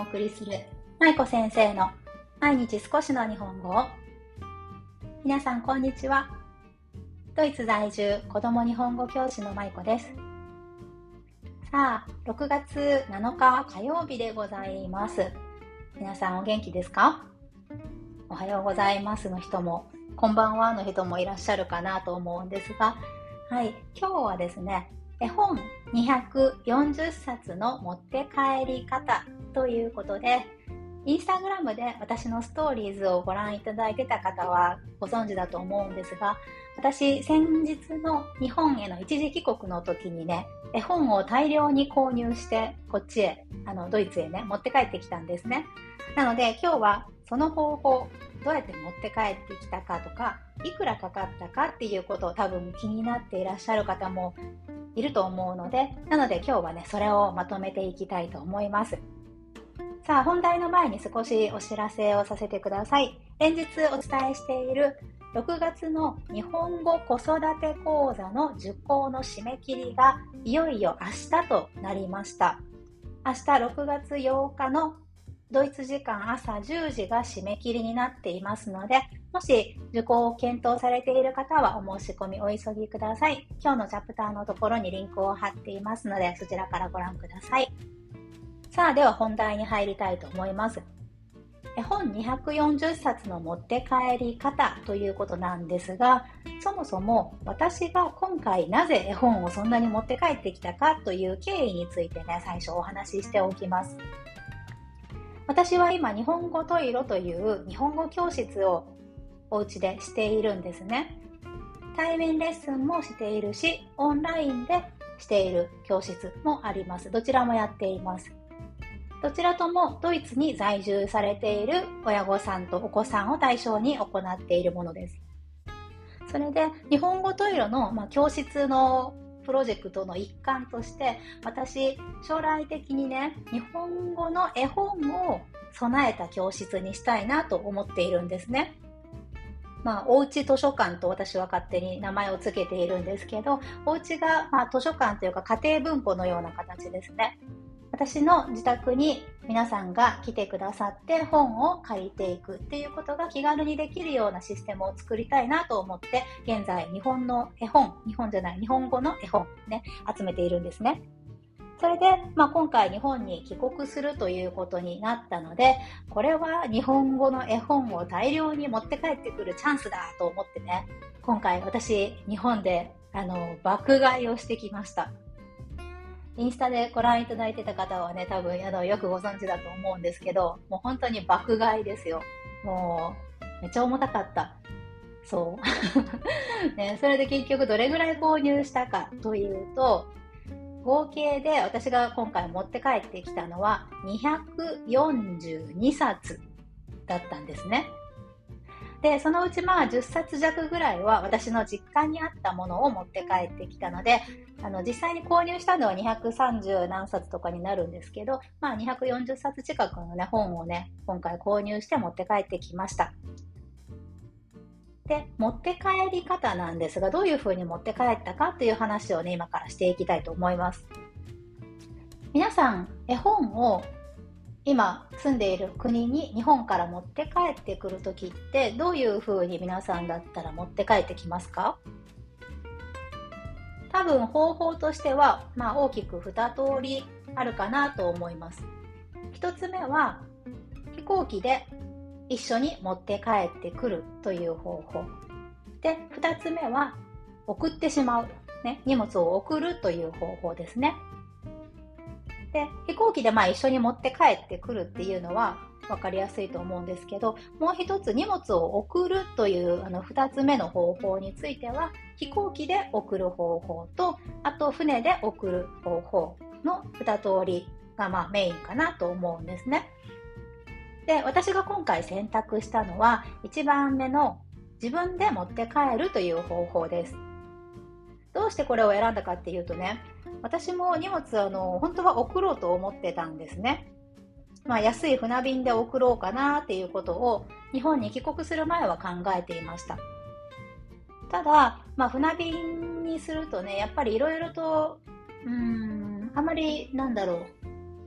送りする舞子先生の毎日少しの日本語を。皆さんこんにちは。ドイツ在住子ども日本語教師の舞子です。さあ、6月7日火曜日でございます。皆さんお元気ですか？おはようございますの人もこんばんはの人もいらっしゃるかなと思うんですが、はい、今日はですね、絵本240冊の持って帰り方ということで、インスタグラムで私のストーリーズをご覧いただいてた方はご存知だと思うんですが、私先日の日本への一時帰国の時にね、絵本を大量に購入してこっちへドイツへね持って帰ってきたんですね。なので今日はその方法、どうやって持って帰ってきたかとか、いくらかかったかっていうことを多分気になっていらっしゃる方もいると思うので、なので今日はねそれをまとめていきたいと思います。さあ、本題の前に少しお知らせをさせてください。連日お伝えしている6月の日本語子育て講座の受講の締め切りがいよいよ明日となりました。明日6月8日のドイツ時間朝10時が締め切りになっていますので、もし受講を検討されている方はお申し込みお急ぎください。今日のチャプターのところにリンクを貼っていますので、そちらからご覧ください。さあ、では本題に入りたいと思います。絵本240冊の持って帰り方ということなんですが、そもそも私が今回なぜ絵本をそんなに持って帰ってきたかという経緯についてね、最初お話ししておきます。私は今日本語トイロという日本語教室をお家でしているんですね。対面レッスンもしているし、オンラインでしている教室もあります。どちらもやっています。どちらともドイツに在住されている親御さんとお子さんを対象に行っているものです。それで日本語トイロの、教室のプロジェクトの一環として、私将来的にね日本語の絵本を備えた教室にしたいなと思っているんですね。おうち図書館と私は勝手に名前を付けているんですけど、おうちが、図書館というか家庭文庫のような形ですね。私の自宅に皆さんが来てくださって本を借りていくっていうことが気軽にできるようなシステムを作りたいなと思って、現在日本語の絵本ね、集めているんですね。それで、今回日本に帰国するということになったので、これは日本語の絵本を大量に持って帰ってくるチャンスだと思ってね、今回私日本で爆買いをしてきました。インスタでご覧いただいてた方はね、多分よくご存知だと思うんですけど、もう本当に爆買いですよ。もうめっちゃ重たかった。そうね、それで結局どれぐらい購入したかというと、合計で私が今回持って帰ってきたのは242冊だったんですね。で、そのうち10冊弱ぐらいは私の実家にあったものを持って帰ってきたので、実際に購入したのは230何冊とかになるんですけど、240冊近くのね、本をね、今回購入して持って帰ってきました。で、持って帰り方なんですが、どういう風に持って帰ったかという話をね、今からしていきたいと思います。皆さん、絵本を今住んでいる国に日本から持って帰ってくるときってどういう風に皆さんだったら持って帰ってきますか？多分方法としては、大きく2通りあるかなと思います。1つ目は飛行機で一緒に持って帰ってくるという方法で、2つ目は送ってしまう、荷物を送るという方法ですね。で、飛行機で一緒に持って帰ってくるっていうのは分かりやすいと思うんですけど、もう一つ荷物を送るという2つ目の方法については、飛行機で送る方法と、あと船で送る方法の2通りがメインかなと思うんですね。で、私が今回選択したのは1番目の自分で持って帰るという方法です。どうしてこれを選んだかっていうとね、私も荷物本当は送ろうと思ってたんですね。安い船便で送ろうかなっていうことを日本に帰国する前は考えていました。ただ、船便にするとね、やっぱりいろいろとあまり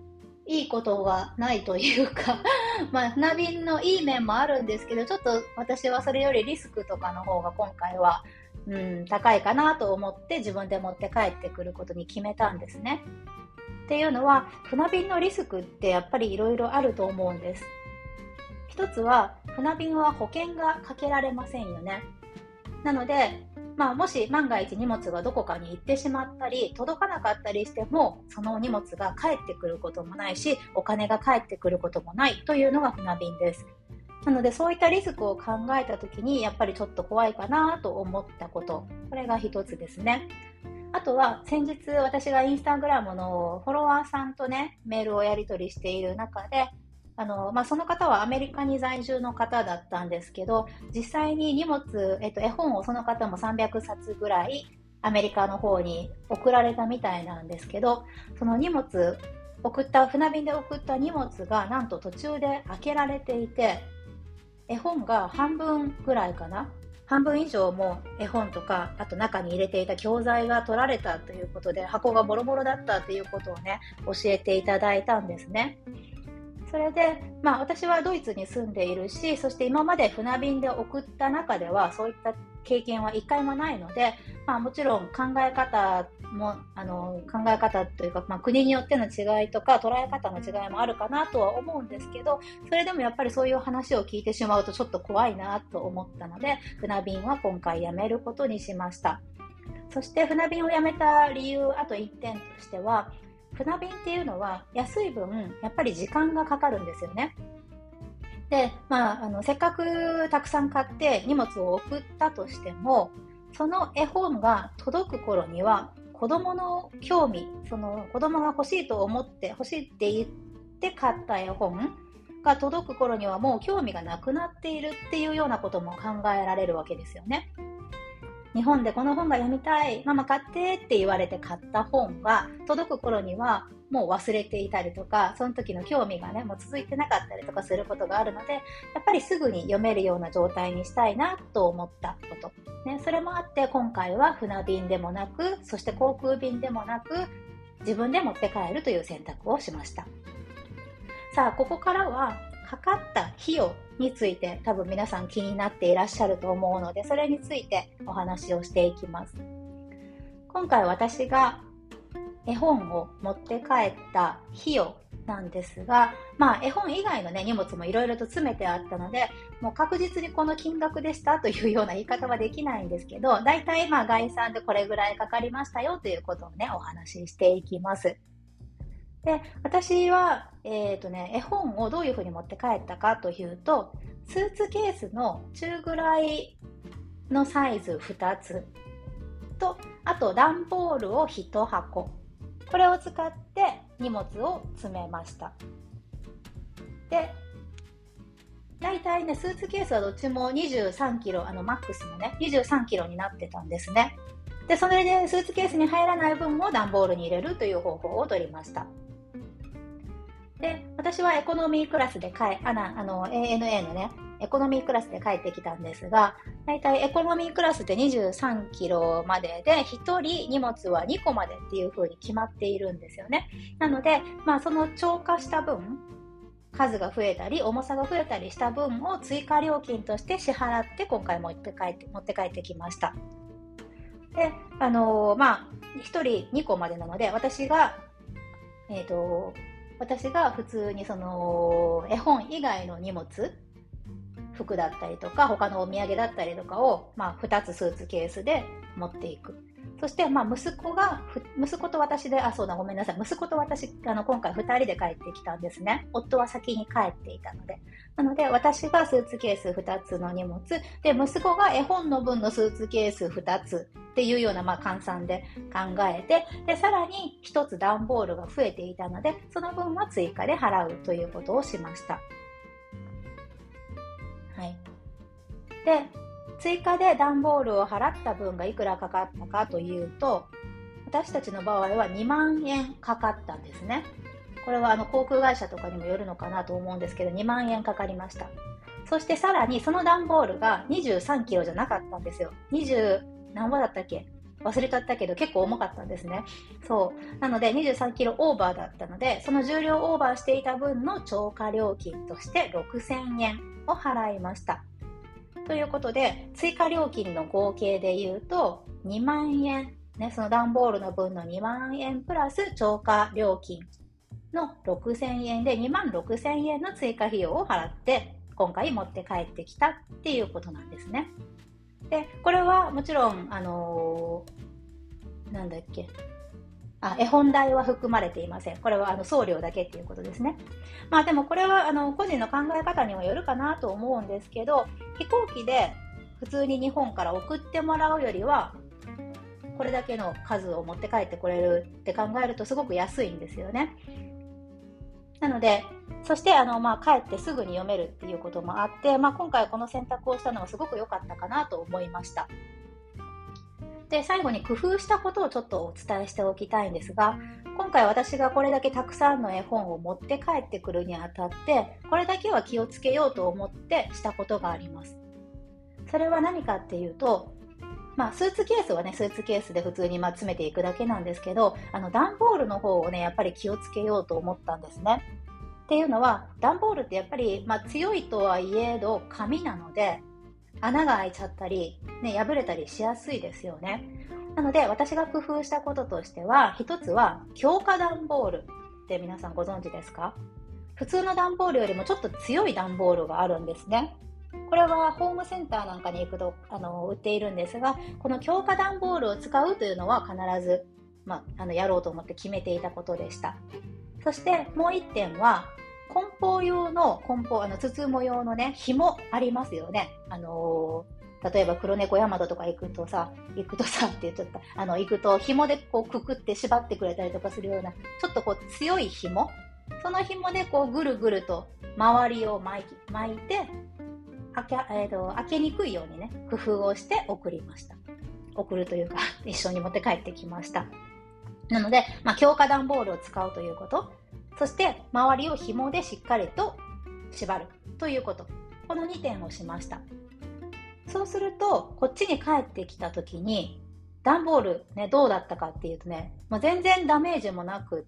いいことはないというかまあ船便のいい面もあるんですけど、ちょっと私はそれよりリスクとかの方が今回は、高いかなと思って自分で持って帰ってくることに決めたんですね。っていうのは、船便のリスクってやっぱりいろいろあると思うんです。一つは、船便は保険がかけられませんよね。なので、もし万が一荷物がどこかに行ってしまったり届かなかったりしても、その荷物が返ってくることもないし、お金が返ってくることもないというのが船便です。なので、そういったリスクを考えたときにやっぱりちょっと怖いかなと思ったこと、これが一つですね。あとは先日私がインスタグラムのフォロワーさんとね、メールをやり取りしている中で、その方はアメリカに在住の方だったんですけど、実際に荷物、絵本をその方も300冊ぐらいアメリカの方に送られたみたいなんですけど、その荷物船便で送った荷物がなんと途中で開けられていて、絵本が半分ぐらいかな、半分以上も絵本とか、あと中に入れていた教材が取られたということで、箱がボロボロだったということをね、教えていただいたんですね。それで、私はドイツに住んでいるし、そして今まで船便で送った中ではそういった経験は一回もないので、もちろん考え方というか、国によっての違いとか捉え方の違いもあるかなとは思うんですけど、それでもやっぱりそういう話を聞いてしまうとちょっと怖いなと思ったので、船便は今回やめることにしました。そして船便をやめた理由、あと1点としては、船便っていうのは安い分やっぱり時間がかかるんですよね。で、せっかくたくさん買って荷物を送ったとしても、その絵本が届く頃には子供の興味、その子供が欲しいって言って買った絵本が届く頃にはもう興味がなくなっているっていうようなことも考えられるわけですよね。日本でこの本が読みたい、ママ買ってって言われて買った本が届く頃にはもう忘れていたりとか、その時の興味がね、もう続いてなかったりとかすることがあるので、やっぱりすぐに読めるような状態にしたいなと思ったこと。ね、それもあって今回は船便でもなく、そして航空便でもなく、自分で持って帰るという選択をしました。さあ、ここからはかかった費用について多分皆さん気になっていらっしゃると思うので、それについてお話をしていきます。今回私が絵本を持って帰った費用なんですが、絵本以外のね、荷物もいろいろと詰めてあったので、もう確実にこの金額でしたというような言い方はできないんですけど、だいたい概算でこれぐらいかかりましたよということをね、お話ししていきます。で、私は、絵本をどういうふうに持って帰ったかというと、スーツケースの中ぐらいのサイズ2つと、あと段ボールを1箱、これを使って荷物を詰めました。で、大体ね、スーツケースはどっちも23キロ、マックスのね、23キロになってたんですね。で、それでスーツケースに入らない分を段ボールに入れるという方法を取りました。で、私はエコノミークラスでANA のね、エコノミークラスで帰ってきたんですが、だいたいエコノミークラスで23キロまでで、1人荷物は2個までっていう風に決まっているんですよね。なので、その超過した分、数が増えたり、重さが増えたりした分を追加料金として支払って今回持って帰ってきました。で、1人2個までなので、私が普通にその絵本以外の荷物、服だったりとか他のお土産だったりとかを、2つスーツケースで持っていく。そして、息子と私で、ごめんなさい、息子と私、今回2人で帰ってきたんですね。夫は先に帰っていたので。なので、私がスーツケース2つの荷物、で、息子が絵本の分のスーツケース2つっていうような、換算で考えて、で、さらに1つ段ボールが増えていたので、その分は追加で払うということをしました。はい。で、追加で段ボールを払った分がいくらかかったかというと、私たちの場合は2万円かかったんですね。これは航空会社とかにもよるのかなと思うんですけど、2万円かかりました。そしてさらにその段ボールが23キロじゃなかったんですよ。20何ぼだったっけ忘れちゃったけど結構重かったんですね。そうなので23キロオーバーだったので、その重量オーバーしていた分の超過料金として6000円を払いました。ということで追加料金の合計で言うと2万円、ね、その段ボールの分の2万円プラス超過料金の6000円で2万6000円の追加費用を払って今回持って帰ってきたっていうことなんですね。でこれはもちろんなんだっけ、絵本代は含まれていません。これは送料だけっていうことですね。まあでもこれは個人の考え方にもよるかなと思うんですけど、飛行機で普通に日本から送ってもらうよりはこれだけの数を持って帰ってこれるって考えるとすごく安いんですよね。なのでそして帰ってすぐに読めるっていうこともあって、今回この選択をしたのはすごく良かったかなと思いました。で最後に工夫したことをちょっとお伝えしておきたいんですが、今回私がこれだけたくさんの絵本を持って帰ってくるにあたってこれだけは気をつけようと思ってしたことがあります。それは何かっていうと、スーツケースはねスーツケースで普通に詰めていくだけなんですけど、段ボールの方をねやっぱり気をつけようと思ったんですね。っていうのは段ボールってやっぱり、強いとはいえど紙なので穴が開いちゃったり、破れたりしやすいですよね。なので私が工夫したこととしては、一つは強化段ボールって皆さんご存知ですか？普通の段ボールよりもちょっと強い段ボールがあるんですね。これはホームセンターなんかに行くと売っているんですが、この強化段ボールを使うというのは必ず、やろうと思って決めていたことでした。そしてもう一点は梱包用の包む用のね紐ありますよね。例えば黒猫ヤマトとか行くとさって言っちゃった、行くと紐でこうくくって縛ってくれたりとかするようなちょっとこう強い紐、その紐でこうぐるぐると周りを巻いて開けにくいようにね工夫をして送るというか一緒に持って帰ってきました。なので、強化段ボールを使うということ、そして周りを紐でしっかりと縛るということ、この2点をしました。そうするとこっちに帰ってきた時に段ボール、どうだったかっていうとね、全然ダメージもなくって、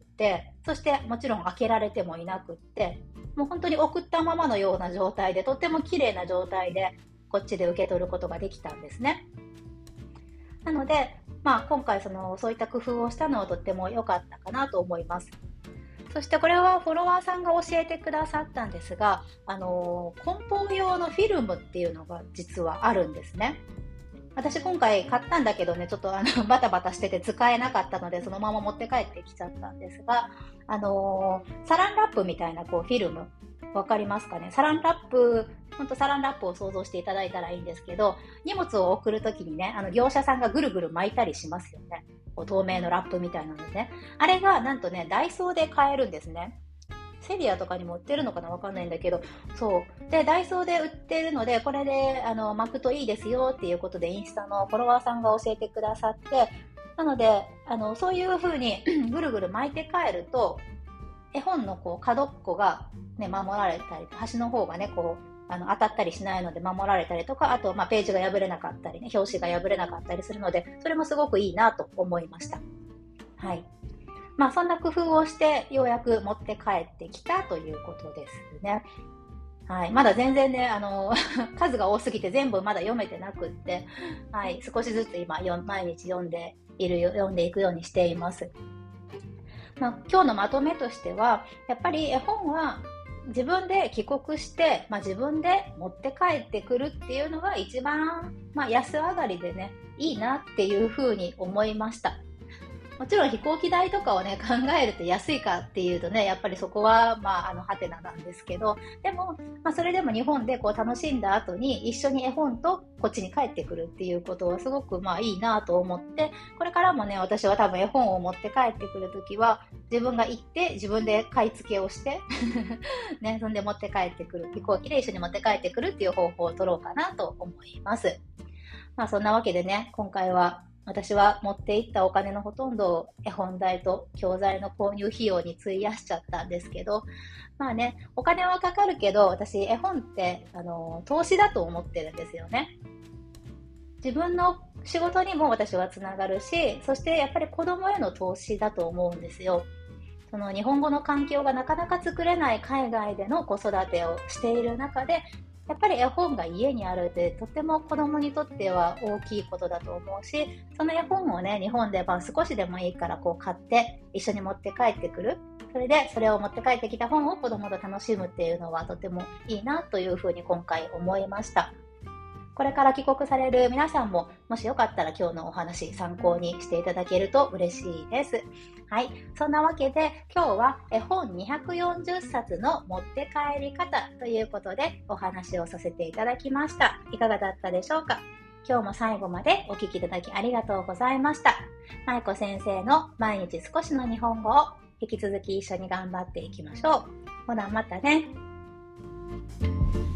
そしてもちろん開けられてもいなくって、もう本当に送ったままのような状態で、とっても綺麗な状態でこっちで受け取ることができたんですね。なので、今回そういった工夫をしたのはとっても良かったかなと思います。そしてこれはフォロワーさんが教えてくださったんですが、梱包用のフィルムっていうのが実はあるんですね。私今回買ったんだけどね、ちょっとバタバタしてて使えなかったのでそのまま持って帰ってきちゃったんですが、サランラップみたいなこうフィルム、わかりますかね？サランラップを想像していただいたらいいんですけど、荷物を送るときにね、業者さんがぐるぐる巻いたりしますよね。こう透明のラップみたいなのでね、あれがなんとねダイソーで買えるんですね。セリアとかにも売ってるのかな、わかんないんだけど、そうでダイソーで売ってるので、これで巻くといいですよっていうことでインスタのフォロワーさんが教えてくださって、なのでそういう風にぐるぐる巻いて帰ると絵本のこう角っこが、ね、守られたり、端の方がねこう当たったりしないので守られたりとか、あとページが破れなかったりね、表紙が破れなかったりするので、それもすごくいいなと思いました。はい。そんな工夫をしてようやく持って帰ってきたということですね。はい、まだ全然ね数が多すぎて全部まだ読めてなくって、はい、少しずつ今毎日読んでいくようにしています。今日のまとめとしては、やっぱり絵本は自分で帰国して、自分で持って帰ってくるっていうのが一番、安上がりでねいいなっていうふうに思いました。もちろん飛行機代とかをね考えると安いかっていうとね、やっぱりそこはハテナなんですけど、でも、それでも日本でこう楽しんだ後に一緒に絵本とこっちに帰ってくるっていうことはすごくいいなと思って、これからもね私は多分絵本を持って帰ってくるときは自分が行って自分で買い付けをしてね、そんで持って帰ってくる、飛行機で一緒に持って帰ってくるっていう方法を取ろうかなと思います。そんなわけでね、今回は私は持っていったお金のほとんどを絵本代と教材の購入費用に費やしちゃったんですけど、お金はかかるけど、私絵本って投資だと思ってるんですよね。自分の仕事にも私はつながるし、そしてやっぱり子供への投資だと思うんですよ。その日本語の環境がなかなか作れない海外での子育てをしている中で、やっぱり絵本が家にあるってとっても子供にとっては大きいことだと思うし、その絵本をね、日本で少しでもいいから買って一緒に持って帰ってくる。それを持って帰ってきた本を子供と楽しむっていうのはとてもいいなというふうに今回思いました。これから帰国される皆さんも、もしよかったら今日のお話参考にしていただけると嬉しいです。はい。そんなわけで今日は絵本240冊の持って帰り方ということでお話をさせていただきました。いかがだったでしょうか？今日も最後までお聞きいただきありがとうございました。舞子先生の毎日少しの日本語を引き続き一緒に頑張っていきましょう。ほなまたね。